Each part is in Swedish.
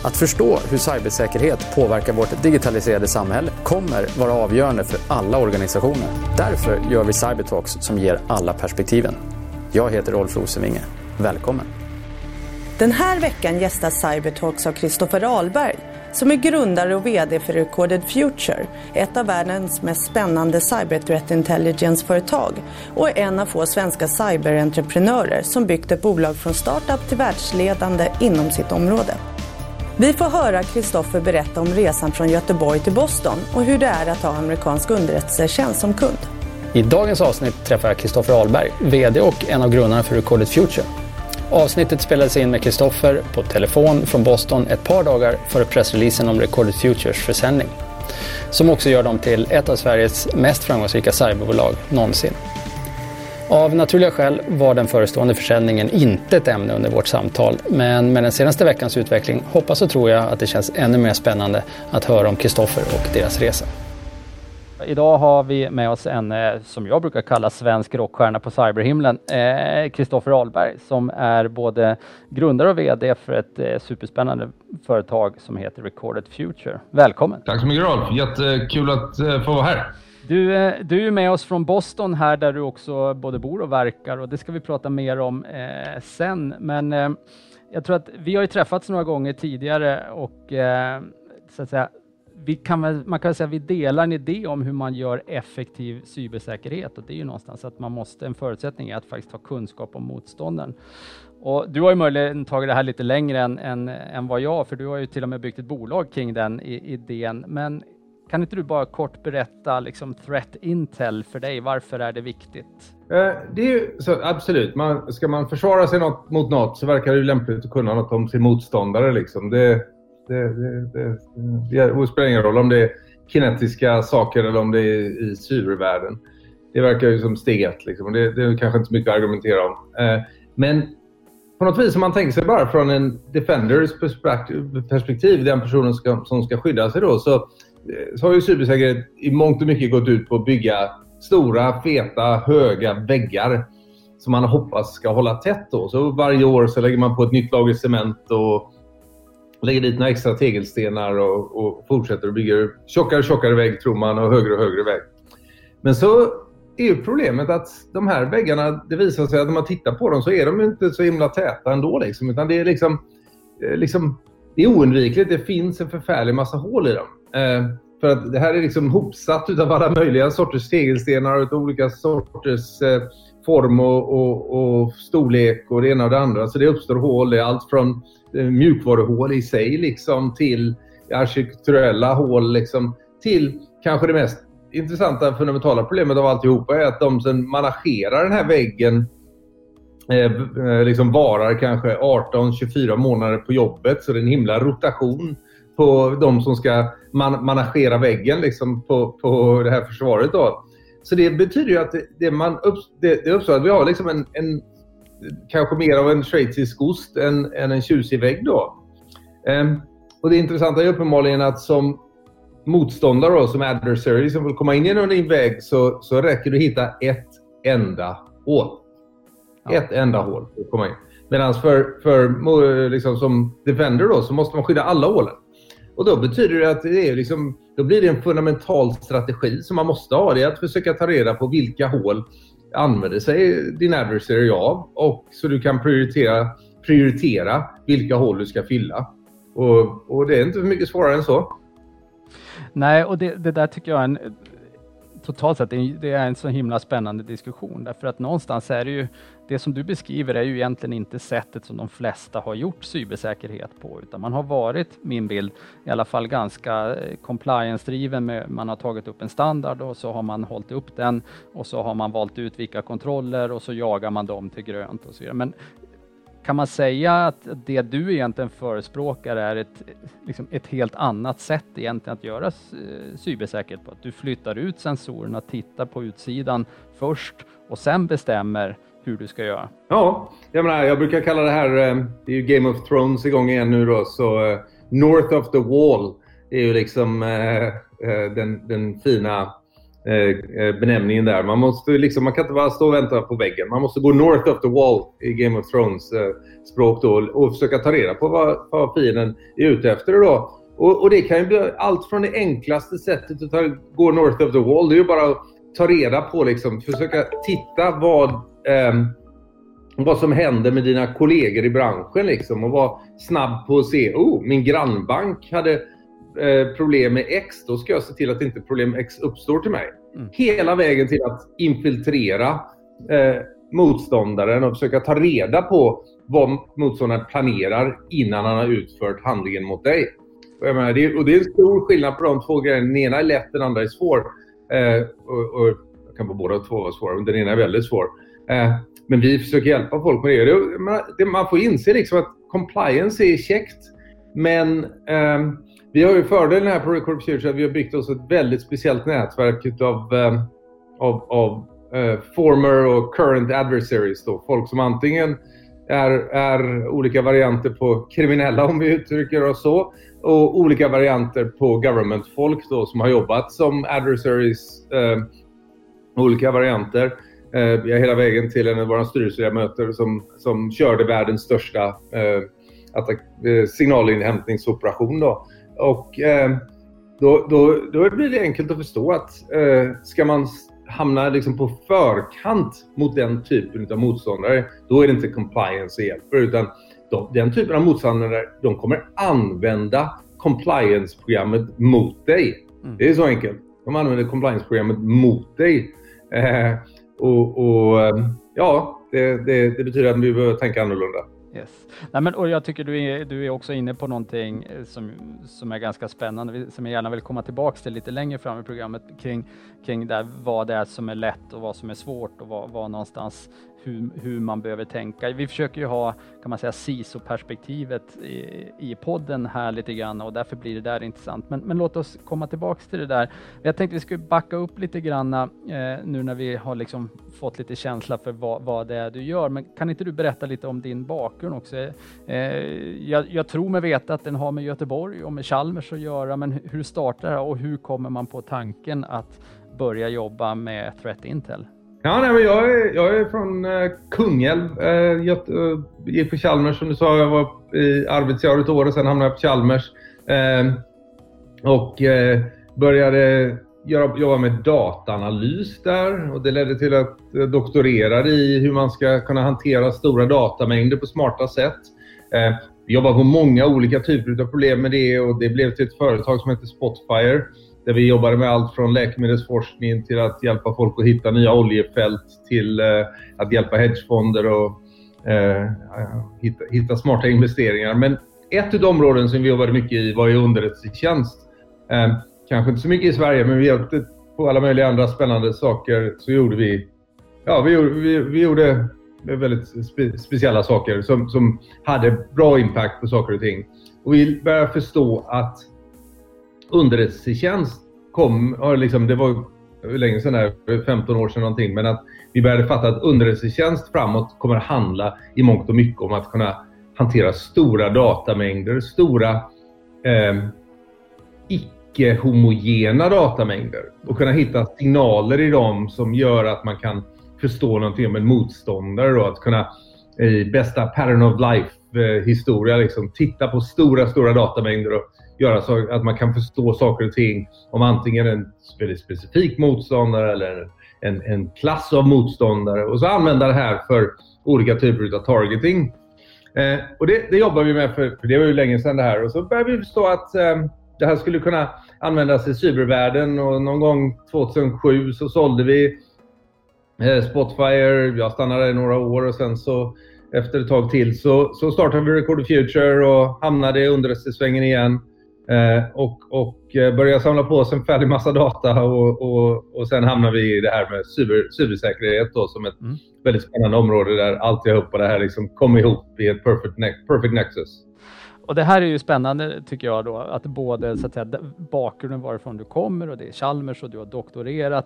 Att förstå hur cybersäkerhet påverkar vårt digitaliserade samhälle kommer vara avgörande för alla organisationer. Därför gör vi Cybertalks som ger alla perspektiven. Jag heter Rolf Rosenvinge. Välkommen! Den här veckan gästas Cybertalks av Christoffer Ahlberg, som är grundare och vd för Recorded Future, ett av världens mest spännande cyber threat intelligence-företag och en av få svenska cyberentreprenörer som byggt ett bolag från startup till världsledande inom sitt område. Vi får höra Christoffer berätta om resan från Göteborg till Boston och hur det är att ha amerikansk underrättelsetjänst som kund. I dagens avsnitt träffar jag Christoffer Ahlberg, vd och en av grundarna för Recorded Future. Avsnittet spelades in med Christoffer på telefon från Boston ett par dagar före pressreleasen om Recorded Futures försäljning, som också gör dem till ett av Sveriges mest framgångsrika cyberbolag någonsin. Av naturliga skäl var den förestående försäljningen inte ett ämne under vårt samtal, men med den senaste veckans utveckling hoppas och tror jag att det känns ännu mer spännande att höra om Christoffer och deras resa. Idag har vi med oss en, som jag brukar kalla, svensk rockstjärna på cyberhimlen, Christoffer Ahlberg, som är både grundare och vd för ett superspännande företag som heter Recorded Future. Välkommen! Tack så mycket, Rolf. Jättekul att få vara här. Du är med oss från Boston här, där du också både bor och verkar, och det ska vi prata mer om sen. Men jag tror att vi har ju träffats några gånger tidigare och så att säga, man kan säga att vi delar en idé om hur man gör effektiv cybersäkerhet, och det är ju någonstans att en förutsättning är att faktiskt ha kunskap om motståndaren. Och du har ju möjligen tagit det här lite längre än vad jag, för du har ju till och med byggt ett bolag kring den idén. Men kan inte du bara kort berätta liksom threat intel för dig, varför är det viktigt? Det är ju så, absolut. Ska man försvara sig mot något så verkar det ju lämpligt att kunna något om sin motståndare. Liksom. Det spelar ingen roll om det är kinetiska saker eller om det är i cybervärlden. Det verkar ju som steg ett. Liksom. Det är kanske inte så mycket att argumentera om. Men på något vis, om man tänker sig bara från en defenders perspektiv, den personen som ska skydda sig då, så har ju cybersäkerhet i mångt och mycket gått ut på att bygga stora, feta, höga väggar som man hoppas ska hålla tätt då. Så varje år så lägger man på ett nytt lager cement och lägger dit några extra tegelstenar och fortsätter att bygga tjockare vägg, tror man, och högre vägg. Men så är ju problemet att de här väggarna, det visar sig att när man tittar på dem så är de inte så himla täta ändå liksom, utan det är liksom det är oundvikligt, det finns en förfärlig massa hål i dem. För att det här är liksom hopsatt utav alla möjliga sorters tegelstenar och olika sorters form och storlek och det ena och det andra. Så det uppstår hål, det är allt från mjukvaruhål i sig liksom, till arkitekturella hål liksom, till kanske det mest intressanta fundamentala problemet av alltihopa är att de som managerar den här väggen liksom varar kanske 18-24 månader på jobbet, så det är en himla rotation på de som ska managera väggen liksom, på det här försvaret då. Så det betyder ju att det uppstår att vi har liksom en kanske mer av en schweizisk ost än en tjusig vägg då. Och det intressanta är uppenbarligen att som motståndare då, som adversary som vill komma in genom din vägg, så räcker det att hitta ett enda hål. Ja. Ett enda hål att komma in. Medan för liksom som defender då, så måste man skydda alla hålen. Och då betyder det att det är liksom, då blir det en fundamental strategi som man måste ha. Det är att försöka ta reda på vilka hål använder sig din adversary av, och så du kan prioritera vilka hål du ska fylla. Och det är inte för mycket svårare än så. Nej, och det där tycker jag är totalt sett det är en så himla spännande diskussion, därför att någonstans är det ju det som du beskriver är ju egentligen inte sättet som de flesta har gjort cybersäkerhet på, utan man har varit, min bild i alla fall, ganska compliance-driven med, man har tagit upp en standard och så har man hållit upp den och så har man valt ut vilka kontroller och så jagar man dem till grönt och så vidare. Men kan man säga att det du egentligen förespråkar är ett helt annat sätt egentligen att göra cybersäkerhet på? Att du flyttar ut sensorerna, tittar på utsidan först och sen bestämmer hur du ska göra? Ja, jag brukar kalla det här, det är ju Game of Thrones igång igen nu då, så North of the Wall är ju liksom den fina benämningen där. Man kan inte bara stå och vänta på väggen. Man måste gå north of the wall i Game of Thrones språk då, och försöka ta reda på vad fienden är ute efter då. Och det kan ju bli allt från det enklaste sättet att gå north of the wall. Det är ju bara att ta reda på, liksom, försöka titta vad som händer med dina kollegor i branschen liksom, och vara snabb på att se, min grannbank hade problem med X, då ska jag se till att inte problem X uppstår till mig. Hela vägen till att infiltrera motståndaren och försöka ta reda på vad motståndaren planerar innan han har utfört handlingen mot dig. Och det är en stor skillnad på de två grejerna. Den ena är lätt, den andra är svår. Och jag kan på båda två vara svåra, men den ena är väldigt svår. Men vi försöker hjälpa folk med det. Man får inse liksom att compliance är käckt, men vi har ju fördelen här på Record Future att vi har byggt oss ett väldigt speciellt nätverk av former och current adversaries då. Folk som antingen är olika varianter på kriminella, om vi uttrycker oss så, och olika varianter på government-folk då, som har jobbat som adversaries, olika varianter. Vi har hela vägen till en av våra styrelseledamöter som körde världens största signalinhämtningsoperation då. Och då blir det enkelt att förstå att ska man hamna liksom på förkant mot den typen av motståndare, då är det inte compliance hjälper, utan den typen av motståndare, de kommer använda compliance-programmet mot dig. Det är så enkelt. De använder compliance-programmet mot dig. Det betyder att vi behöver tänka annorlunda. Yes. Nej, men, och jag tycker du är också inne på någonting som är ganska spännande, som jag gärna vill komma tillbaka till lite längre fram i programmet, kring där, vad det är som är lätt och vad som är svårt, och vad någonstans hur man behöver tänka. Vi försöker ju ha, kan man säga, CISO-perspektivet i podden här lite grann, och därför blir det där intressant. Men låt oss komma tillbaka till det där. Jag tänkte vi skulle backa upp lite grann nu när vi har liksom fått lite känsla för vad det är du gör. Men kan inte du berätta lite om din bakgrund också? Jag tror mig veta att den har med Göteborg och med Chalmers att göra, men hur startar det och hur kommer man på tanken att börja jobba med Threat Intel? Ja, nej, men jag är från Kungälv. Gick på Chalmers, som du sa. Jag var i Arvidsjaur ett år och sen hamnade jag på Chalmers. Och började jobba med dataanalys där. Och det ledde till att jag doktorerade i hur man ska kunna hantera stora datamängder på smarta sätt. Vi jobbar på många olika typer av problem med det, och det blev till ett företag som heter Spotfire, där vi jobbade med allt från läkemedelsforskning till att hjälpa folk att hitta nya oljefält, till att hjälpa hedgefonder och hitta smarta investeringar. Men ett av de områden som vi jobbade mycket i var ju underrättelsetjänst. Kanske inte så mycket i Sverige, men vi hjälpte på alla möjliga andra spännande saker. Så gjorde vi gjorde väldigt speciella saker som hade bra impact på saker och ting. Och vi började förstå att underrättelsetjänst det var länge sedan här, 15 år sedan någonting, men att vi började fatta att underrättelsetjänst framåt kommer att handla i mångt och mycket om att kunna hantera stora datamängder, stora icke-homogena datamängder, och kunna hitta signaler i dem som gör att man kan förstå någonting om en motståndare då, att kunna i bästa pattern of life historia liksom titta på stora datamängder och göra så att man kan förstå saker och ting om antingen en väldigt specifik motståndare eller en klass av motståndare, och så använda det här för olika typer av targeting. Och det jobbar vi med för det var ju länge sedan det här, och så började vi förstå att det här skulle kunna användas i cybervärlden, och någon gång 2007 så sålde vi Spotfire. Jag stannade i några år, och sen så efter ett tag till så startade vi Record Future och hamnade i underrättelsesvängen igen. Och började samla på oss en färdig massa data, och sen hamnade vi i det här med cybersäkerhet då, som ett väldigt spännande område där allt jag på det här liksom kom ihop i ett perfect nexus. Och det här är ju spännande tycker jag då, att både så att säga, bakgrunden varifrån du kommer, och det är Chalmers och du har doktorerat,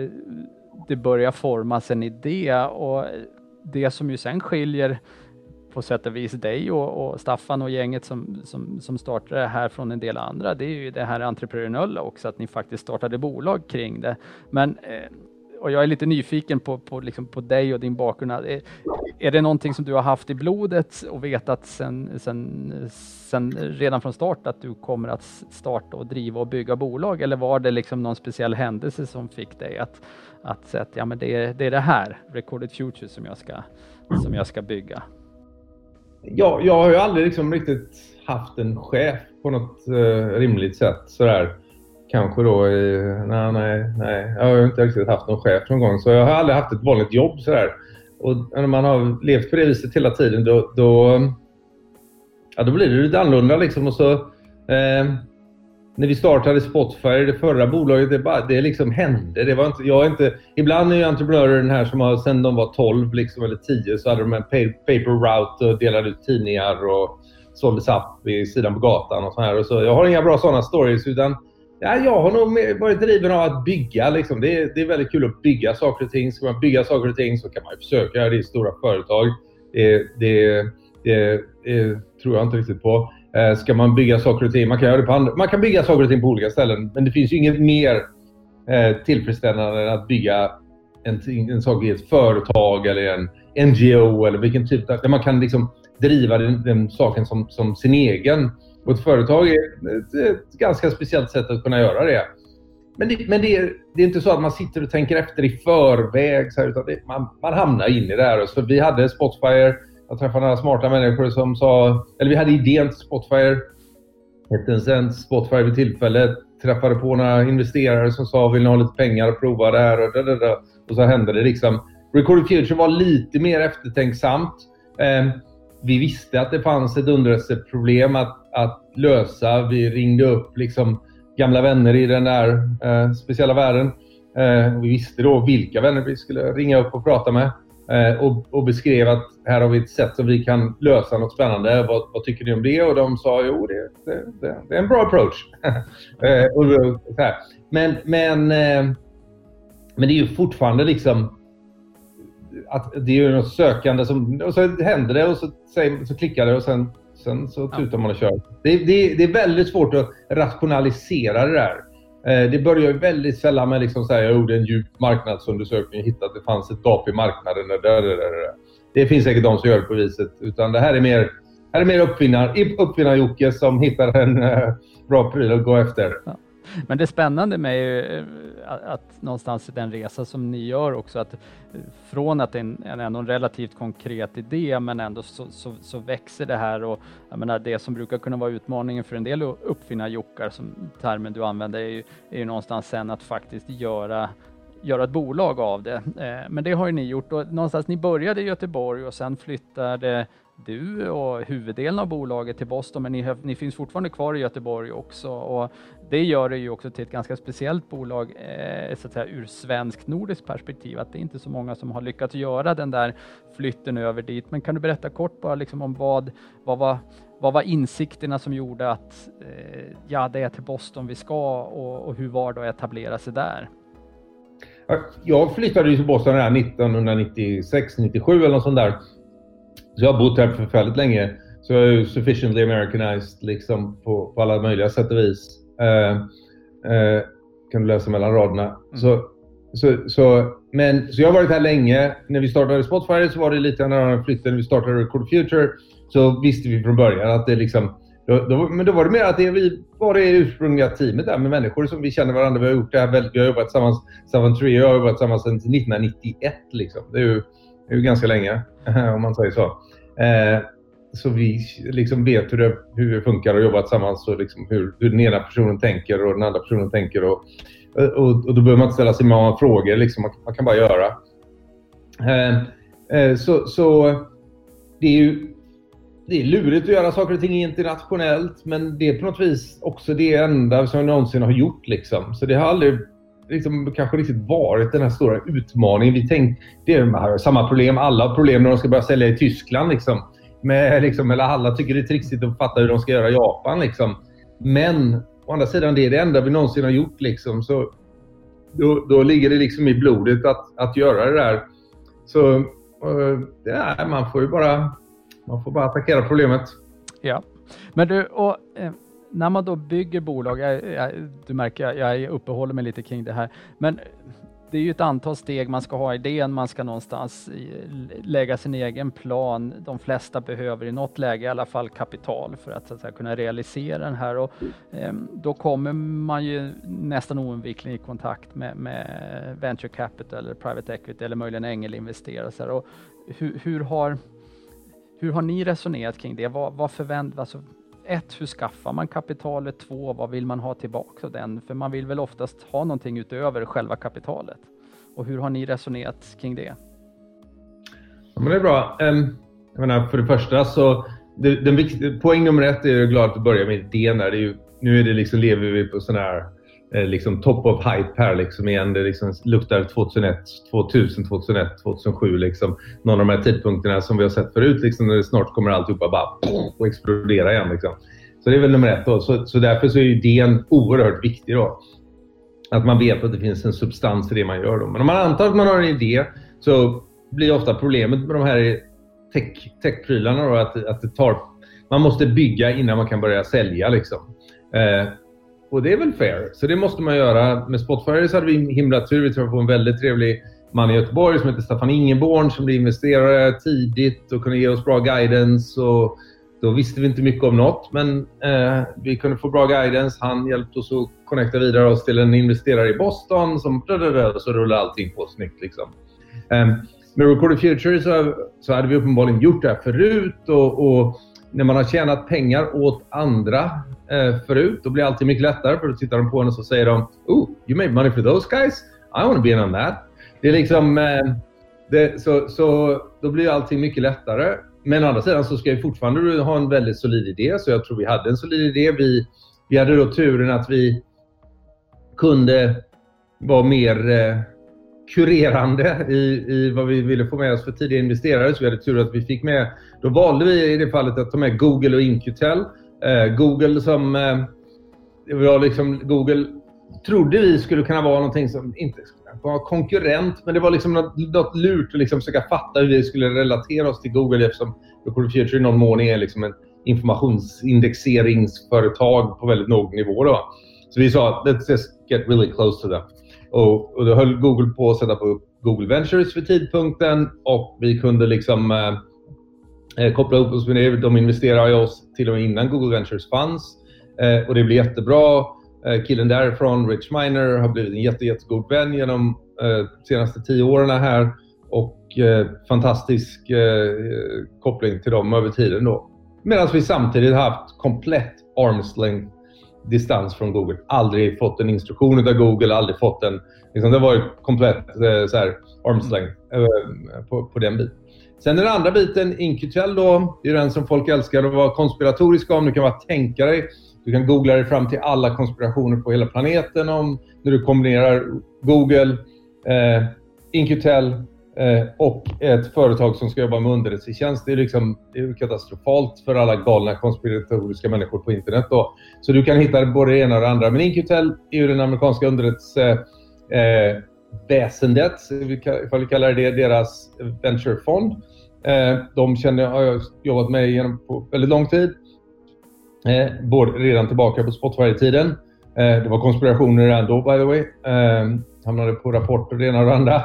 det börjar formas en idé, och det som ju sen skiljer på sätt och vis dig och Staffan och gänget som startade det här från en del andra. Det är ju det här entreprenöriella också, att ni faktiskt startade bolag kring det. Men och jag är lite nyfiken på dig och din bakgrund. Är det någonting som du har haft i blodet och vetat sen redan från start att du kommer att starta och driva och bygga bolag? Eller var det liksom någon speciell händelse som fick dig att säga att ja, men det är det här, Recorded Future, som jag ska bygga? Ja, jag har ju aldrig liksom riktigt haft en chef på något rimligt sätt sådär. Kanske då, nej. Jag har inte riktigt haft någon chef någon gång. Så jag har aldrig haft ett vanligt jobb sådär. Och när man har levt på det viset hela tiden, då blir det lite annorlunda liksom. Och så, när vi startade Spotify, det förra bolaget, det liksom hände. Det var inte, ibland är ju entreprenörer den här som har, sen de var 12 liksom, eller 10, så hade de en paper route och delade ut tidningar och sålde sapp vid sidan på gatan och så här. Och så, jag har inga bra sådana stories, utan jag har nog varit driven av att bygga. Liksom. Det är väldigt kul att bygga saker och ting. Ska man bygga saker och ting så kan man ju försöka göra det i stora företag. Det tror jag inte riktigt på. Ska man bygga saker och ting, man kan göra det på andra. Man kan bygga saker och ting på olika ställen. Men det finns ju inget mer tillfredsställande än att bygga en sak i ett företag eller en NGO eller vilken typ där man kan liksom driva den saken som sin egen. Och ett företag är ett ganska speciellt sätt att kunna göra det. Men det är inte så att man sitter och tänker efter i förväg. Så här, utan man hamnar in i det här. Så vi hade Spotify. Jag träffade några smarta människor som sa... Eller vi hade idén till Spotify. Hette sen Spotify vid tillfället. Träffade på några investerare som sa vill ni ha lite pengar och prova det här. Och så hände det liksom. Recorded Future var lite mer eftertänksamt. Vi visste att det fanns ett underrättelseproblem att lösa. Vi ringde upp liksom gamla vänner i den där speciella världen. Vi visste då vilka vänner vi skulle ringa upp och prata med. Och beskrev att här har vi ett sätt som vi kan lösa något spännande. Vad tycker ni om det? Och de sa, jo det är en bra approach. Och så här. Men det är ju fortfarande liksom att det är ju något sökande som, och så händer det och så klickar det och sen så tutar man och kör. Det är väldigt svårt att rationalisera det där. Det börjar ju väldigt sällan med liksom så här, jag gjorde en djup marknadsundersökning och hittade att det fanns ett gap i marknaden. Det finns säkert de som gör det på viset, utan det här är mer uppfinnar-Jocke som hittar en bra pryl att gå efter. Ja. Men det spännande med är att någonstans i den resa som ni gör också, att från att det är en relativt konkret idé, men ändå så växer det här, och jag menar, det som brukar kunna vara utmaningen för en del uppfinnar-jockar, som termen du använder, är ju någonstans sen att faktiskt göra ett bolag av det. Men det har ju ni gjort, och någonstans ni började i Göteborg och sen flyttade du och huvuddelen av bolaget till Boston, men ni finns fortfarande kvar i Göteborg också, och det gör det ju också till ett ganska speciellt bolag så att säga, ur svensk nordisk perspektiv, att det är inte så många som har lyckats göra den där flytten över dit. Men kan du berätta kort bara liksom om vad var insikterna som gjorde att det är till Boston vi ska, och hur var det att etablera sig där? Jag flyttade ju till Boston 1996-97 eller något sånt där. Så jag har bott här för väldigt länge. Så jag är ju sufficiently Americanized liksom på alla möjliga sätt och vis. Kan du läsa mellan raderna. Så jag har varit här länge. När vi startade Spotify så var det lite när flytten, vi startade Recorded Future, så visste vi från början att det liksom... Men då var det mer att vi var det ursprungliga teamet där med människor som vi känner varandra. Vi har gjort det här, vi har jobbat tillsammans, Savant Trio, jag har jobbat tillsammans sedan 1991 liksom. Det är ju ganska länge, om man säger så. Så vi liksom vet hur det funkar att jobba tillsammans, och liksom hur den ena personen tänker och den andra personen tänker. Och då behöver man inte ställa sig många frågor, liksom, man kan bara göra. Så det är lurigt att göra saker och ting internationellt, men det är på något vis också det enda som jag någonsin har gjort. Liksom. Så det har aldrig liksom, kanske riktigt varit den här stora utmaningen. Vi tänkte, det är samma problem, alla har problem när de ska börja sälja i Tyskland. Liksom. Eller alla tycker det är trixigt att fatta hur de ska göra i Japan. Liksom. Men å andra sidan, det är det enda vi någonsin har gjort. Liksom. Så då ligger det liksom i blodet att göra det där. Så man får ju bara Man får bara attackera problemet. Ja, men du, och när man då bygger bolag, du märker jag uppehåller mig lite kring det här, men det är ju ett antal steg man ska ha idén, man ska någonstans lägga sin egen plan. De flesta behöver i något läge i alla fall kapital för att, så att säga, kunna realisera den här. Och, då kommer man ju nästan oundvikligen i kontakt med venture capital eller private equity eller möjligen ängelinvesterare. Och hur har ni resonerat kring det? Vad förväntas? Alltså, 1, hur skaffar man kapitalet? 2, vad vill man ha tillbaka av den? För man vill väl oftast ha någonting utöver själva kapitalet. Och hur har ni resonerat kring det? Ja, men det är bra. Jag menar, för det första så, poäng nummer 1 är jag glad att du börjar med idén där. Nu är det liksom, lever vi på sån här liksom top of hype här liksom igen. Det liksom luktar 2001, 2000, 2001, 2007 liksom. Någon av de här tidpunkterna som vi har sett förut liksom, när det snart kommer alltihopa bara och explodera igen liksom. Så det är väl nummer 1 då. Så därför så är idén oerhört viktig då. Att man vet att det finns en substans i det man gör då. Men om man antar att man har en idé så blir ofta problemet med de här tech-prylarna då att man måste bygga innan man kan börja sälja liksom. Och det är väl fair. Så det måste man göra. Med Spotify så hade vi himla tur. Vi träffade på en väldigt trevlig man i Göteborg som heter Staffan Ingeborn som blev investerare tidigt och kunde ge oss bra guidance. Och då visste vi inte mycket om något, men vi kunde få bra guidance. Han hjälpte oss att connecta vidare oss till en investerare i Boston som så rullade allting på snyggt liksom. Med Recorded Future så hade vi uppenbarligen gjort det här förut och när man har tjänat pengar åt andra förut, då blir det alltid mycket lättare för att titta de på en och så säger de "Oh, you made money for those guys? I want to be in on that." Det är liksom så då blir allting mycket lättare. Men å andra sidan så ska vi fortfarande ha en väldigt solid idé, så jag tror vi hade en solid idé. Vi hade då turen att vi kunde vara mer kurerande i vad vi ville få med oss för tidiga investerare, så vi hade tur att vi fick med. Då valde vi i det fallet att ta med Google och In-Q-Tel. Google som Google trodde vi skulle kunna vara någonting som inte var konkurrent, men det var liksom något lurt att liksom försöka fatta hur vi skulle relatera oss till Google, eftersom Recorded Future i någon mån är liksom en informationsindexeringsföretag på väldigt låg nivå då. Så vi sa, let's just get really close to them. Och då höll Google på att sätta på Google Ventures för tidpunkten, och vi kunde liksom koppla upp oss med det. De investerade i oss till och med innan Google Ventures fanns, och det blev jättebra. Killen därifrån, Rich Miner, har blivit en jättegod vän genom senaste 10 åren här, och fantastisk koppling till dem över tiden då. Medan vi samtidigt haft komplett arm's length distans från Google. Aldrig fått en instruktion av Google, aldrig fått en, liksom, det var ju komplett så här arm's length på den biten. Sen den andra biten, In-Q-Tel då, det är den som folk älskar att vara konspiratoriska om. Du kan bara tänka dig, du kan googla dig fram till alla konspirationer på hela planeten om när du kombinerar Google, In-Q-Tel och ett företag som ska jobba med underrättelsetjänst. Det är katastrofalt för alla galna konspiratoriska människor på internet då. Så du kan hitta både det ena och det andra. Men In-Q-Tel är ju den amerikanska underrättelseväsendet, ifall vi kallar det deras venturefond. De har jag jobbat med genom på väldigt lång tid. Både redan tillbaka på Spotify-tiden. Det var konspirationer redan då, by the way. Hamnade på rapporter det ena och det andra.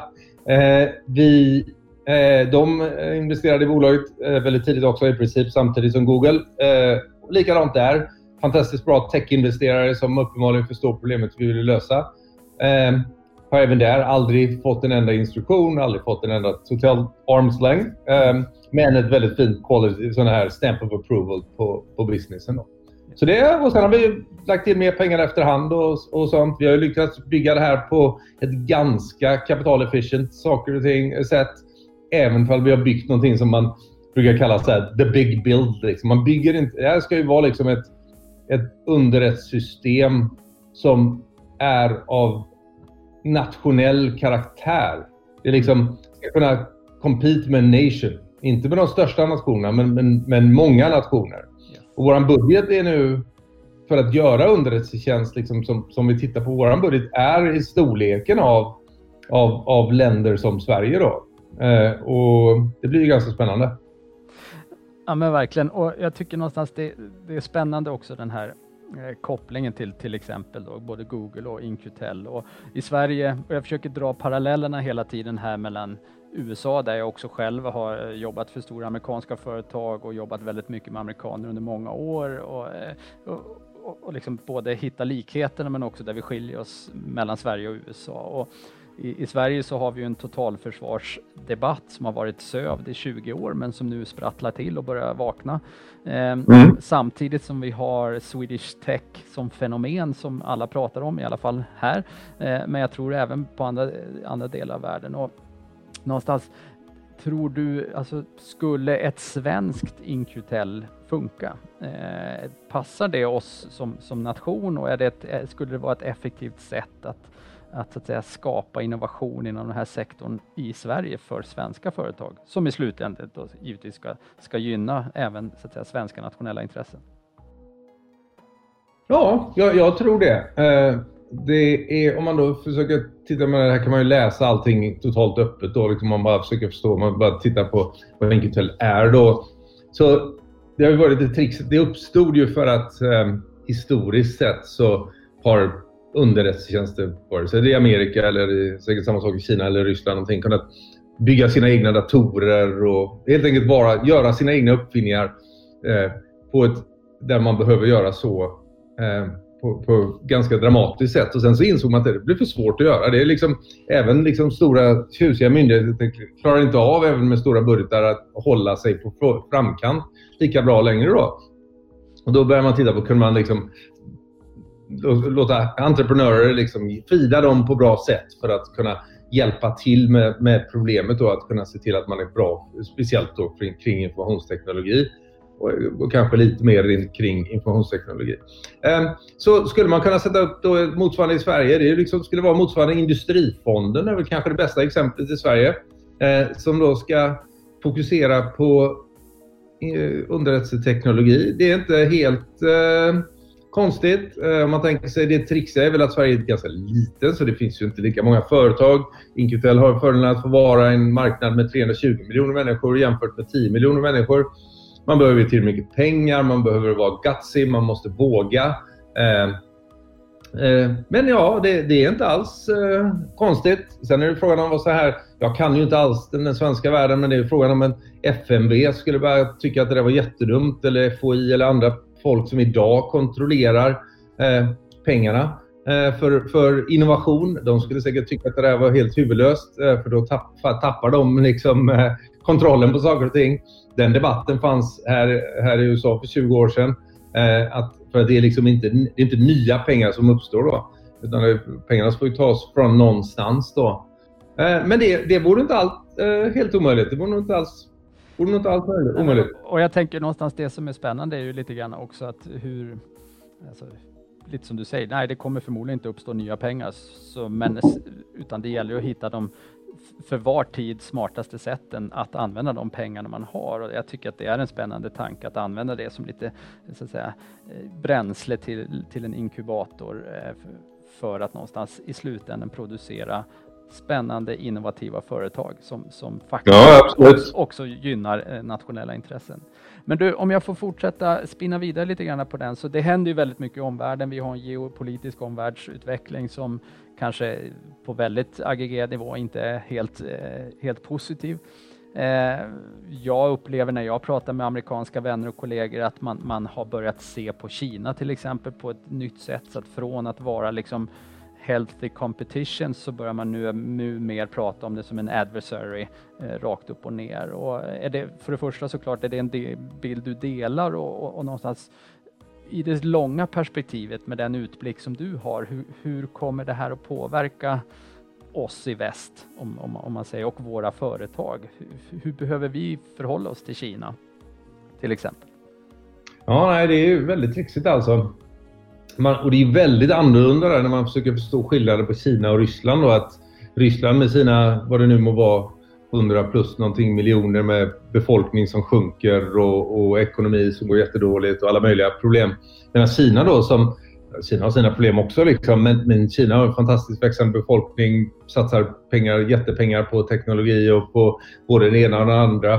De investerade i bolaget väldigt tidigt också, i princip samtidigt som Google. Likadant där. Fantastiskt bra tech-investerare som uppenbarligen förstår problemet vi ville lösa. Har även där aldrig fått en enda instruktion, aldrig fått en enda total arm's length. Men ett väldigt fint quality, sån här stamp of approval på businessen då. Så det, och sen har vi lagt till mer pengar efterhand och sånt. Vi har ju lyckats bygga det här på ett ganska kapitalefficient saker och ting sätt. Även om vi har byggt någonting som man brukar kalla så här, the big build. Liksom. Man bygger inte, det här ska ju vara liksom ett underrättssystem som är av nationell karaktär. Det är liksom, ska kunna compete med en nation. Inte med de största nationerna, men många nationer. Och våran budget är nu, för att göra underrättelsetjänst liksom, som vi tittar på, våran budget är i storleken av länder som Sverige då. Och det blir ju ganska spännande. Ja men verkligen, och jag tycker någonstans det är spännande också den här kopplingen till exempel då, både Google och In-Q-Tel. Och i Sverige, och jag försöker dra parallellerna hela tiden här mellan USA, där jag också själv har jobbat för stora amerikanska företag och jobbat väldigt mycket med amerikaner under många år och liksom både hitta likheterna men också där vi skiljer oss mellan Sverige och USA. Och i Sverige så har vi ju en totalförsvarsdebatt som har varit sövd i 20 år men som nu sprattlar till och börjar vakna. Samtidigt som vi har Swedish Tech som fenomen som alla pratar om, i alla fall här. Men jag tror även på andra delar av världen. Och någonstans, tror du, alltså skulle ett svenskt In-Q-Tel funka? Passar det oss som nation och skulle det vara ett effektivt sätt att så att säga skapa innovation inom den här sektorn i Sverige för svenska företag som i slutändan då givetvis ska gynna även så att säga svenska nationella intressen? Ja, jag tror det. Det är, om man då försöker titta med det här kan man ju läsa allting totalt öppet då, liksom man bara försöker förstå, man bara tittar på vad In-Q-Tel är då. Så det har ju varit ett trick, det uppstod ju för att historiskt sett så har underrättelsetjänster, vare sig det är Amerika eller säkert samma sak i Kina eller Ryssland någonting, kunnat bygga sina egna datorer och helt enkelt bara göra sina egna uppfinningar på ett, där man behöver göra så på ganska dramatiskt sätt. Och sen så insåg man att det blir för svårt att göra. Det är liksom, även liksom stora tjusiga myndigheter klarar inte av, även med stora budgetar, att hålla sig på framkant lika bra längre då. Och då börjar man titta på, kunde man liksom låta entreprenörer liksom fida dem på bra sätt för att kunna hjälpa till med problemet då, att kunna se till att man är bra, speciellt då kring informationsteknologi och kanske lite mer kring informationsteknologi. Så skulle man kunna sätta upp då motsvarande i Sverige, det är liksom, skulle vara motsvarande Industrifonden, det är väl kanske det bästa exemplet i Sverige, som då ska fokusera på underrättelseteknologi. Det är inte helt konstigt. Om man tänker sig, det trixiga är väl att Sverige är ganska litet, så det finns ju inte lika många företag. In-Q-Tel har fördelen att få vara en marknad med 320 miljoner människor jämfört med 10 miljoner människor. Man behöver till mycket pengar, man behöver vara gutsy, man måste våga. Men ja, det är inte alls konstigt. Sen är det frågan om vad så här, jag kan ju inte alls den svenska världen, men det är frågan om en FMV skulle bara tycka att det var jättedumt, eller FOI eller andra folk som idag kontrollerar pengarna för innovation. De skulle säkert tycka att det där var helt huvudlöst, för då tappar de liksom kontrollen på saker och ting. Den debatten fanns här i USA för 20 år sedan. För att det är liksom inte nya pengar som uppstår då, utan pengarna ska ju tas från någonstans då. Men det vore inte allt helt omöjligt. Det vore nog inte alls omöjligt. Och jag tänker någonstans det som är spännande är ju lite grann också att lite som du säger, nej det kommer förmodligen inte uppstå nya pengar, utan det gäller ju att hitta de för var tid smartaste sätten att använda de pengarna man har. Och jag tycker att det är en spännande tanke att använda det som lite så att säga bränsle till en inkubator för att någonstans i slutändan producera spännande innovativa företag som faktiskt också gynnar nationella intressen. Men du, om jag får fortsätta spinna vidare lite grann på den, så det händer ju väldigt mycket i omvärlden. Vi har en geopolitisk omvärldsutveckling som kanske på väldigt aggregerad nivå inte är helt positiv. Jag upplever när jag pratar med amerikanska vänner och kollegor att man har börjat se på Kina till exempel på ett nytt sätt, så att från att vara liksom healthy competition så börjar man nu mer prata om det som en adversary rakt upp och ner. Och är det, för det första såklart, är det en bild du delar och någonstans i det långa perspektivet med den utblick som du har, hur kommer det här att påverka oss i väst om man säger, och våra företag? Hur behöver vi förhålla oss till Kina till exempel? Ja, nej, det är ju väldigt trixigt alltså. Och det är väldigt annorlunda där när man försöker förstå skillnaden på Kina och Ryssland då, att Ryssland med sina, vad det nu må vara, 100 plus någonting miljoner med befolkning som sjunker och ekonomi som går jättedåligt och alla möjliga problem. Medan Kina då, Kina har sina problem också liksom, men Kina har en fantastiskt växande befolkning, satsar jättepengar på teknologi och på både det ena och det andra.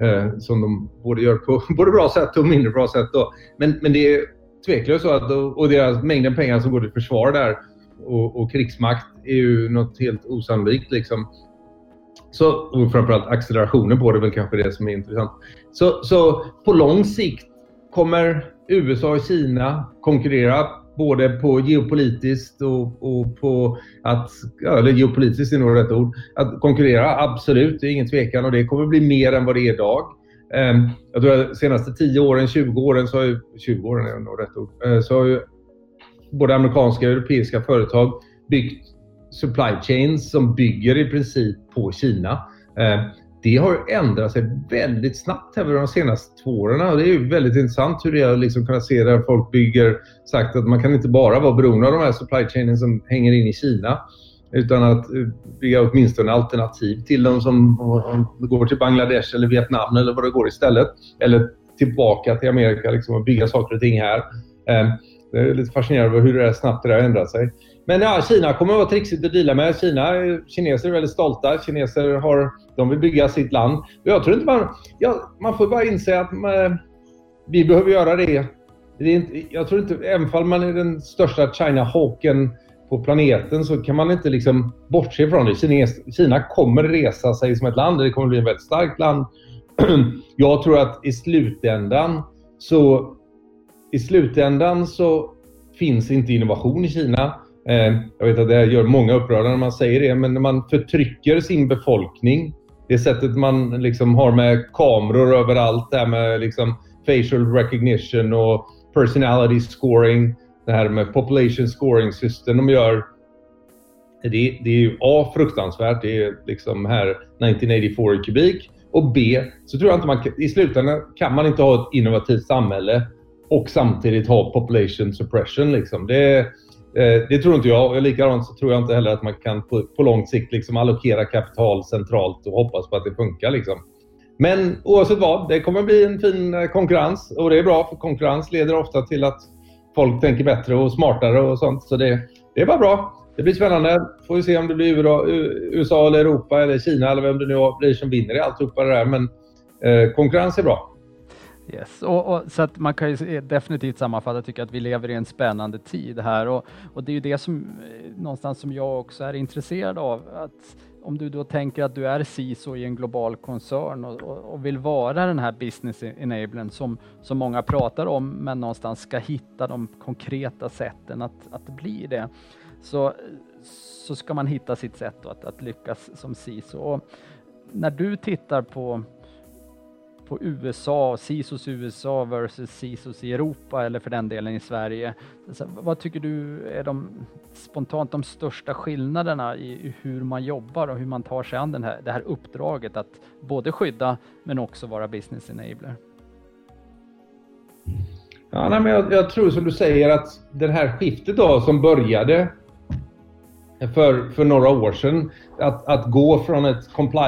som de både gör på både bra sätt och mindre bra sätt då. Men det är tveklöst så att och deras mängden pengar som går till försvar där och krigsmakt är ju något helt osannolikt liksom. Så, och framförallt accelerationen på det är väl kanske det som är intressant. Så på lång sikt kommer USA och Kina konkurrera både på geopolitiskt och på att, eller geopolitiskt är nog rätt ord, att konkurrera absolut, det är ingen tvekan och det kommer bli mer än vad det är idag. Jag tror att de senaste 10 åren, 20 åren så har ju, 20 åren är nog rätt ord, så har ju både amerikanska och europeiska företag byggt supply chains som bygger i princip på Kina. Det har ju ändrat sig väldigt snabbt över de senaste 2 åren och det är ju väldigt intressant hur det är liksom kunna se där folk bygger, sagt att man kan inte bara vara beroende av de här supply chainen som hänger in i Kina utan att bygga åtminstone alternativ till dem som går till Bangladesh eller Vietnam eller vad det går istället eller tillbaka till Amerika liksom, och bygga saker och ting här. Det är lite fascinerande hur det är snabbt det har ändrat sig. Men ja, Kina kommer att vara trixigt att deala med. Kineser är väldigt stolta. De vill bygga sitt land. Jag tror inte man får bara inse att vi behöver göra det. Jag tror inte, även om man är den största China-hawken på planeten så kan man inte liksom bortse från det. Kina kommer resa sig som ett land. Det kommer bli ett väldigt starkt land. Jag tror att i slutändan så finns inte innovation i Kina. Jag vet att det gör många upprörda när man säger det, men när man förtrycker sin befolkning, det sättet man liksom har med kameror överallt, där med liksom facial recognition och personality scoring, det här med population scoring system de gör, det är ju A, fruktansvärt, det är liksom här 1984 i kubik, och B, så tror jag inte i slutändan kan man inte ha ett innovativt samhälle och samtidigt ha population suppression liksom. Det tror inte jag. Och likadant så tror jag inte heller att man kan på lång sikt liksom allokera kapital centralt och hoppas på att det funkar liksom. Men oavsett vad, det kommer bli en fin konkurrens och det är bra för konkurrens leder ofta till att folk tänker bättre och smartare och sånt. Så det är bara bra. Det blir spännande. Får vi se om det blir USA eller Europa eller Kina eller vem det nu blir som vinner i alltihopa det där. Men konkurrens är bra. Yes. Och så att man kan ju definitivt sammanfatta, tycka att vi lever i en spännande tid här och det är ju det som någonstans som jag också är intresserad av, att om du då tänker att du är CISO i en global koncern och vill vara den här business enablen som många pratar om, men någonstans ska hitta de konkreta sätten att bli det, så ska man hitta sitt sätt att lyckas som CISO. Och när du tittar på USA, CISOs i USA versus CISOs i Europa eller för den delen i Sverige. Så vad tycker du är spontant de största skillnaderna i hur man jobbar och hur man tar sig an det här uppdraget att både skydda men också vara business enabler? Ja, nej, men jag tror som du säger att det här skiftet då som började för några år sedan, att gå från ett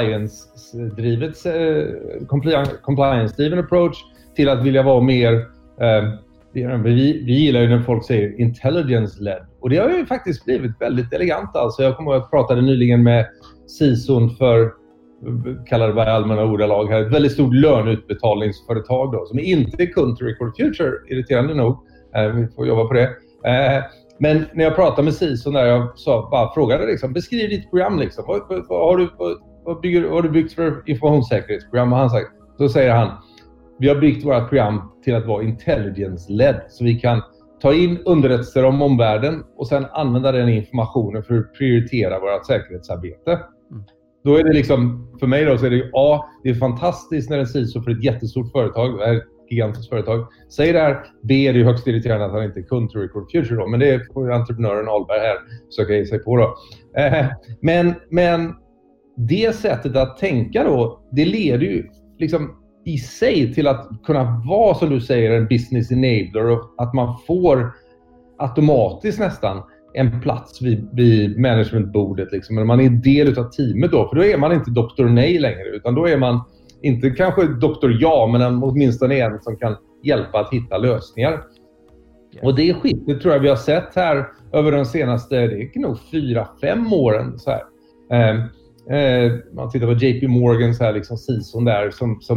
compliance-driven approach till att vilja vara mer, vi gillar ju när folk säger intelligence-led. Och det har ju faktiskt blivit väldigt elegant. Alltså jag kommer ihåg att jag pratade nyligen med CISOn för, kallar det bara allmänna ordalag här, ett väldigt stort löneutbetalningsföretag då, som inte är kund till Record Future, irriterande nog. Vi får jobba på det. Men när jag pratade med CISO där jag bara frågade liksom, beskriv ditt program liksom. Vad har du byggt för informationssäkerhetsprogram? Och så säger han, vi har byggt vårt program till att vara intelligence-led. Så vi kan ta in underrättelser om omvärlden och sen använda den informationen för att prioritera vårt säkerhetsarbete. Då är det liksom, för mig då så är det ju det är fantastiskt när en CISO för ett jättestort företag, det här är ett gigantiskt företag, säger det här. B, är det ju högst irriterande att han inte är kund till Record Future då, men det får ju entreprenören Ahlberg här försöka ge sig på då. Men det sättet att tänka då, det leder ju liksom i sig till att kunna vara, som du säger, en business enabler, och att man får automatiskt nästan en plats vid managementbordet liksom. Men man är en del av teamet då, för då är man inte Dr. Nej längre, utan då är man inte kanske Dr. Ja, men åtminstone en som kan hjälpa att hitta lösningar. Yeah. Och det skiftet tror jag vi har sett här över de senaste, det är nog 4-5 åren så här. Man tittar på JP Morgan så här liksom, CISOn där som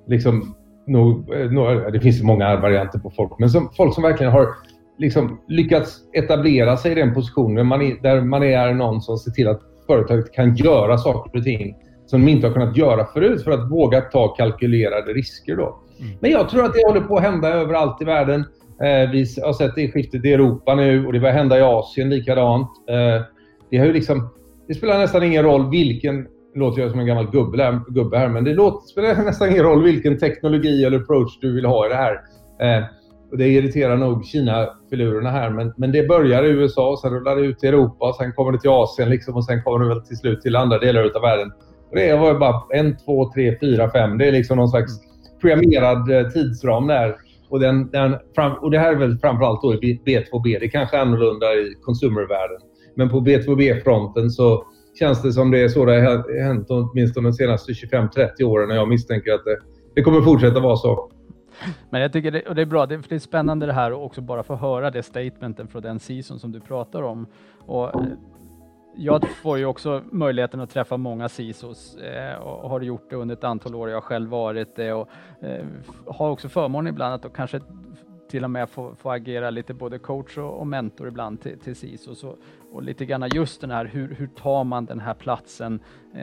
liksom, det finns många varianter på folk, men folk som verkligen har liksom lyckats etablera sig i den positionen där man är någon som ser till att företaget kan göra saker och ting som de inte har kunnat göra förut för att våga ta kalkylerade risker då. Men jag tror att det håller på att hända överallt i världen. Vi har sett det i skiftet i Europa nu och det var hända i Asien likadant. Det har ju liksom, det spelar nästan ingen roll vilken, låter jag som en gammal gubbe här, men det spelar nästan ingen roll vilken teknologi eller approach du vill ha i det här. Och det irriterar nog Kina-filurerna här, men det börjar i USA, sen rullar det ut till Europa, sen kommer det till Asien liksom, och sen kommer det väl till slut till andra delar av världen. Och det var ju bara 1, 2, 3, 4, 5. Det är liksom någon slags programmerad tidsram där. Och det här är väl framförallt då i B2B. Det kanske är annorlunda i consumervärlden. Men på B2B-fronten så känns det som det är så det har hänt åtminstone de senaste 25-30 åren. Och jag misstänker att det kommer fortsätta vara så. Men jag tycker det är bra, det är spännande det här och också bara få höra det statementen från den season som du pratar om. Och jag får ju också möjligheten att träffa många CISOs och har gjort det under ett antal år. Jag har själv varit det och har också förmånen ibland att kanske till och med få agera lite både coach och mentor ibland till CISOs och lite grann just den här, hur tar man den här platsen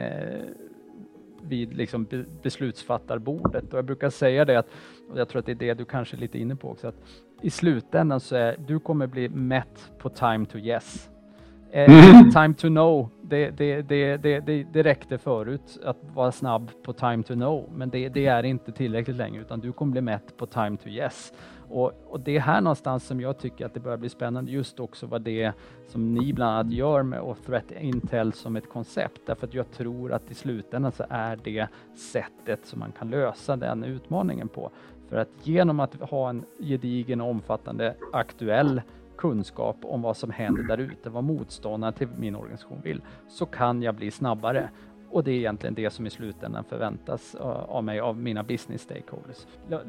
vid liksom beslutsfattarbordet. Och jag brukar säga det, och jag tror att det är det du kanske är lite inne på också, att i slutändan så är du kommer bli mätt på time to yes. Time to know, det räckte förut att vara snabb på time to know, men det är inte tillräckligt längre, utan du kommer bli mätt på time to yes. Och det är här någonstans som jag tycker att det börjar bli spännande, just också vad det som ni bland annat gör med Threat Intel som ett koncept, därför att jag tror att i slutändan så är det sättet som man kan lösa den utmaningen på. För att genom att ha en gedigen och omfattande aktuell kunskap om vad som händer där ute, vad motståndarna till min organisation vill, så kan jag bli snabbare. Och det är egentligen det som i slutändan förväntas av mig, av mina business stakeholders.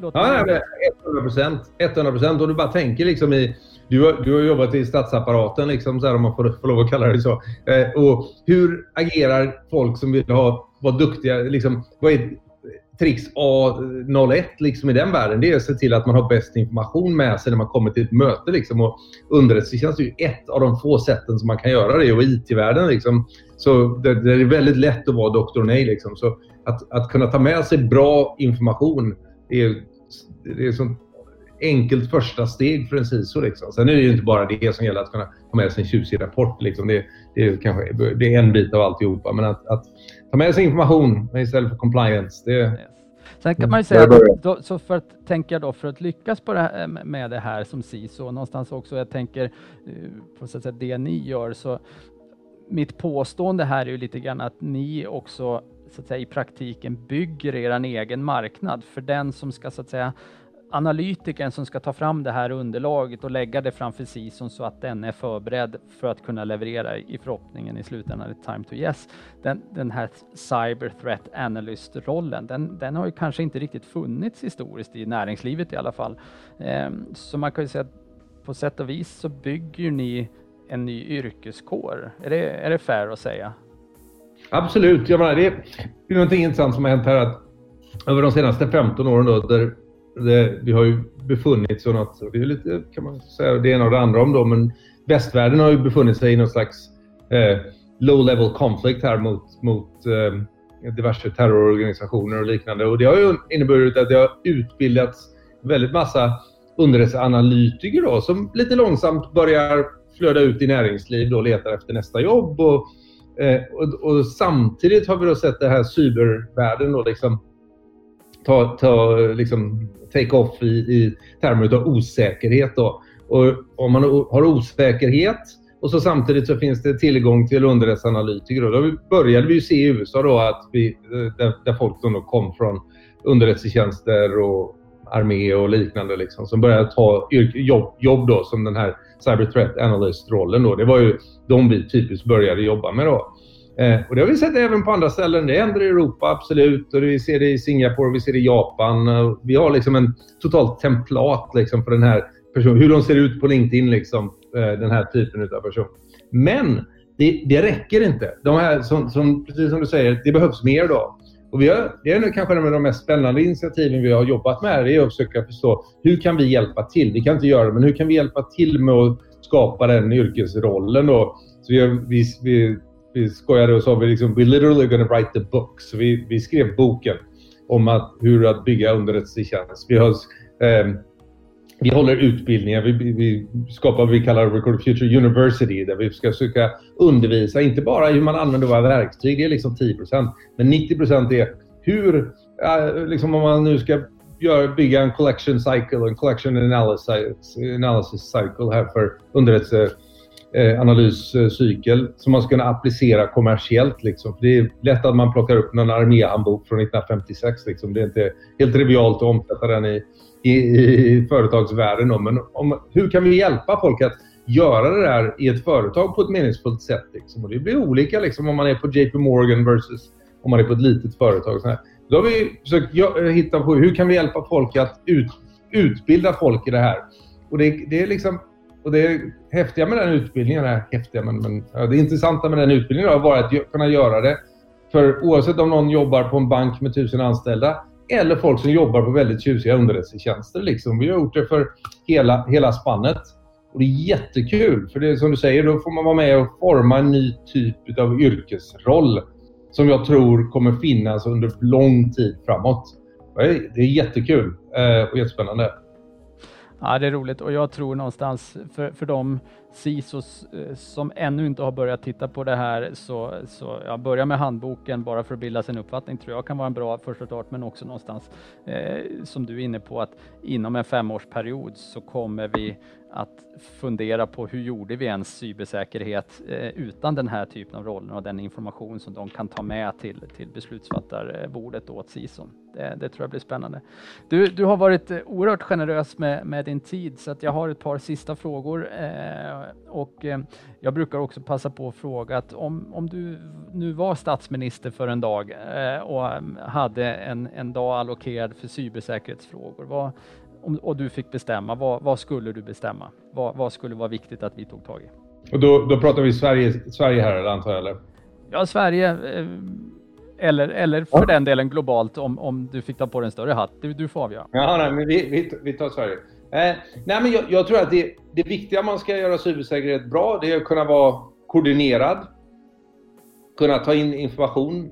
100%. Och du bara tänker liksom du har jobbat i statsapparaten liksom, så här, om man får lov att kalla det så. Och hur agerar folk som vill vara duktiga, liksom, vad är tricks A01 liksom i den världen? Det är att se till att man har bäst information med sig när man kommer till ett möte liksom, och underrättelsetjänst är ju ett av de få sätten som man kan göra det, och IT-världen liksom, så det är väldigt lätt att vara Dr. Nej liksom. Så att kunna ta med sig bra information är ett sånt enkelt första steg för en CISO liksom. Sen är det ju inte bara det som gäller att kunna ta med sig en tjusig rapport liksom. Det är kanske det är en bit av alltihopa, men att ta med sig information istället för compliance, det. Sen kan man ju säga att så för att lyckas på det här, med det här som CISO, någonstans också jag tänker på så att säga det ni gör, så mitt påstående här är ju lite grann att ni också så att säga i praktiken bygger er egen marknad för den som ska så att säga, analytikern som ska ta fram det här underlaget och lägga det framför CISOn så att den är förberedd för att kunna leverera i förhoppningen i slutändan time to yes. Den här cyber threat analyst-rollen, den har ju kanske inte riktigt funnits historiskt i näringslivet i alla fall. Så man kan ju säga att på sätt och vis så bygger ni en ny yrkeskår. Är det fair att säga? Absolut. Jag menar, det är någonting intressant som har hänt här, att över de senaste 15 åren då, där vi har ju befunnit sig något, det är lite, kan man säga, det ena och det andra om då, men västvärlden har ju befunnit sig i någon slags low-level conflict här mot diverse terrororganisationer och liknande, och det har ju inneburit att det har utbildats väldigt massa underrättelseanalytiker då, som lite långsamt börjar flöda ut i näringsliv och letar efter nästa jobb, och samtidigt har vi då sett det här cybervärlden då liksom liksom take off i termer av osäkerhet då. Och om man har osäkerhet och så samtidigt så finns det tillgång till underrättelseanalytiker då började vi ju se i USA då att där folk då kom från underrättelsetjänster och armé och liknande liksom, som började ta jobb då som den här cyber threat analyst-rollen då. Det var ju de vi typiskt började jobba med då. Och det har vi sett även på andra ställen. Det händer i Europa, absolut. Och vi ser det i Singapore, vi ser det i Japan. Vi har liksom en totalt templat liksom för den här personen. Hur de ser ut på LinkedIn liksom, den här typen av person. Men det räcker inte. De här, precis som du säger, det behövs mer då. Och det är nu kanske en av de mest spännande initiativen vi har jobbat med. Det är att försöka förstå hur kan vi hjälpa till. Vi kan inte göra det, men hur kan vi hjälpa till med att skapa den yrkesrollen då. Så vi skojade och sa we're literally gonna write the book. Så vi skrev boken om hur att bygga underrättelsetjänst. Vi håller utbildningar, vi skapar vad vi kallar Recorded Future University, där vi ska försöka undervisa, inte bara hur man använder våra verktyg, det är 10%, men 90% är hur, om man nu ska bygga en collection cycle, en collection analysis cycle här för underrättelseanalyscykel som man ska kunna applicera kommersiellt. För det är lätt att man plockar upp någon arméhandbok från 1956. Det är inte helt trivialt att omsätta den i företagsvärlden. Men hur kan vi hjälpa folk att göra det där i ett företag på ett meningsfullt sätt? Och det blir olika om man är på JP Morgan versus om man är på ett litet företag. Då har vi försökt hitta på hur kan vi hjälpa folk att utbilda folk i det här. Och det är och det häftiga med den utbildningen det intressanta med den utbildningen har varit att kunna göra det för oavsett om någon jobbar på en bank med 1000 anställda eller folk som jobbar på väldigt tjusiga underrättelsetjänster. Vi har gjort det för hela spannet. Och det är jättekul, för det är som du säger, då får man vara med och forma en ny typ av yrkesroll som jag tror kommer finnas under lång tid framåt. Det är jättekul och jättespännande. Ja, det är roligt, och jag tror någonstans för de CISOs som ännu inte har börjat titta på det här, så jag börjar med handboken bara för att bilda sin uppfattning, tror jag kan vara en bra första start, men också någonstans som du är inne på, att inom en 5-årsperiod så kommer vi att fundera på hur gjorde vi ens cybersäkerhet utan den här typen av rollen och den information som de kan ta med till beslutsfattarbordet åt CISO. Det tror jag blir spännande. Du har varit oerhört generös med din tid, så att jag har ett par sista frågor och jag brukar också passa på att fråga att om du nu var statsminister för en dag och hade en dag allokerad för cybersäkerhetsfrågor, och du fick bestämma, vad skulle du bestämma? Vad skulle vara viktigt att vi tog tag i? Och då pratar vi Sverige här, antar jag, eller? Ja, Sverige eller för den delen globalt, om du fick ta på en större hatt. Du får avgöra. Ja, nej, men vi tar Sverige. Nej, men jag tror att det viktiga man ska göra cybersäkerhet bra, det är att kunna vara koordinerad. Kunna ta in information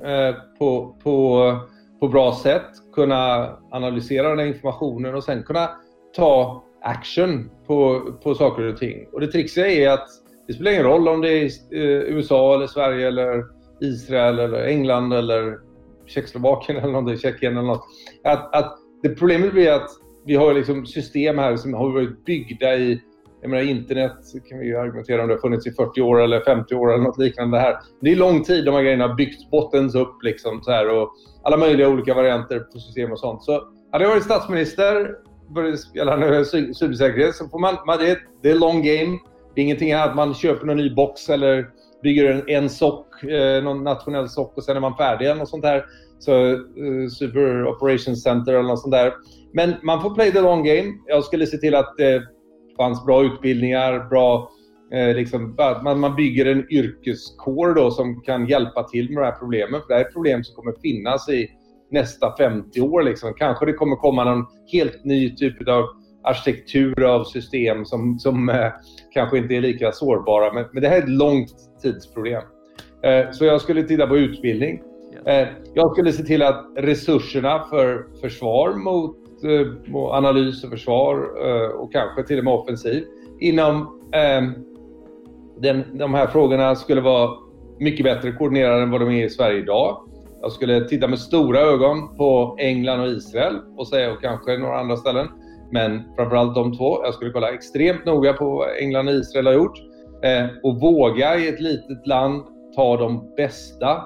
på bra sätt, kunna analysera den informationen och sen kunna ta action på saker och ting. Och det trixiga är att det spelar ingen roll om det är USA eller Sverige eller Israel eller England eller Tjeckoslovakien eller något, Tjeckien eller något. Att det problemet blir att vi har system här som har varit byggda i, internet kan vi ju argumentera om det har funnits i 40 år eller 50 år eller något liknande här. Det är lång tid de här grejerna har byggts bottoms upp så här, och alla möjliga olika varianter på system och sånt. Så hade jag varit statsminister gällande cybersäkerhet, så får man det är long game. Det är ingenting här att man köper någon ny box eller bygger en sock, någon nationell sock, och sen är man färdig eller något sånt här. Så Super Operations Center eller något sånt där. Men man får play the long game. Jag skulle se till att det fanns bra utbildningar, bra man bygger en yrkeskår då som kan hjälpa till med det här problemet. För det här är ett problem som kommer finnas i nästa 50 år. Kanske det kommer komma någon helt ny typ av arkitektur av system som kanske inte är lika sårbara. Men det här är ett långt tidsproblem. Så jag skulle titta på utbildning. Jag skulle se till att resurserna för försvar mot analys och försvar och kanske till och med offensiv inom de här frågorna skulle vara mycket bättre koordinerade än vad de är i Sverige idag. Jag skulle titta med stora ögon på England och Israel och kanske några andra ställen. Men framförallt de två. Jag skulle kolla extremt noga på vad England och Israel har gjort. Och våga i ett litet land ta de bästa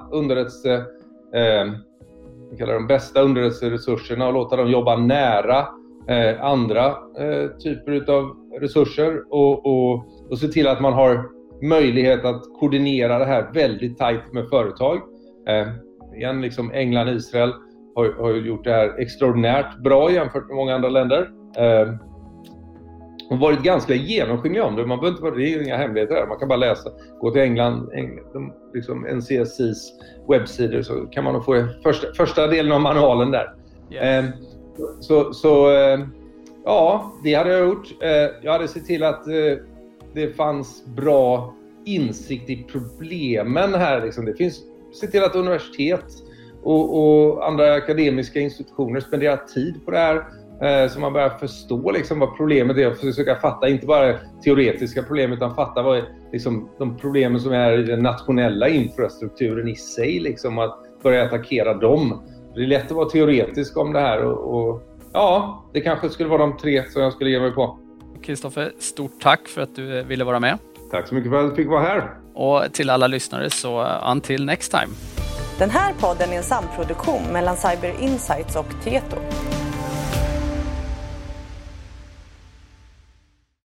underrättelseresurserna och låta dem jobba nära andra typer av resurser och se till att man har möjlighet att koordinera det här väldigt tajt med företag. Igen, England och Israel har gjort det här extraordinärt bra jämfört med många andra länder. har varit ganska genomskinlig om det. Man behöver inte, det är ju inga hemligheter där. Man kan bara läsa. Gå till England liksom NCSCs webbsidor, så kan man få första delen av manualen där. Yeah. Ja, det hade jag gjort. Jag hade sett till att det fanns bra insikt i problemen här. Liksom. Det finns, se till att universitet och andra akademiska institutioner spenderar tid på det här. Så man börjar förstå liksom vad problemet är och försöka fatta inte bara teoretiska problem utan fatta vad är liksom de problemen som är i den nationella infrastrukturen i sig, liksom, att börja attackera dem. Det är lätt att vara teoretisk om det här och ja, det kanske skulle vara de 3 som jag skulle ge mig på. Kristoffer, stort tack för att du ville vara med. Tack så mycket för att jag fick vara här. Och till alla lyssnare, så until next time. Den här podden är en samproduktion mellan Cyber Insights och Tieto.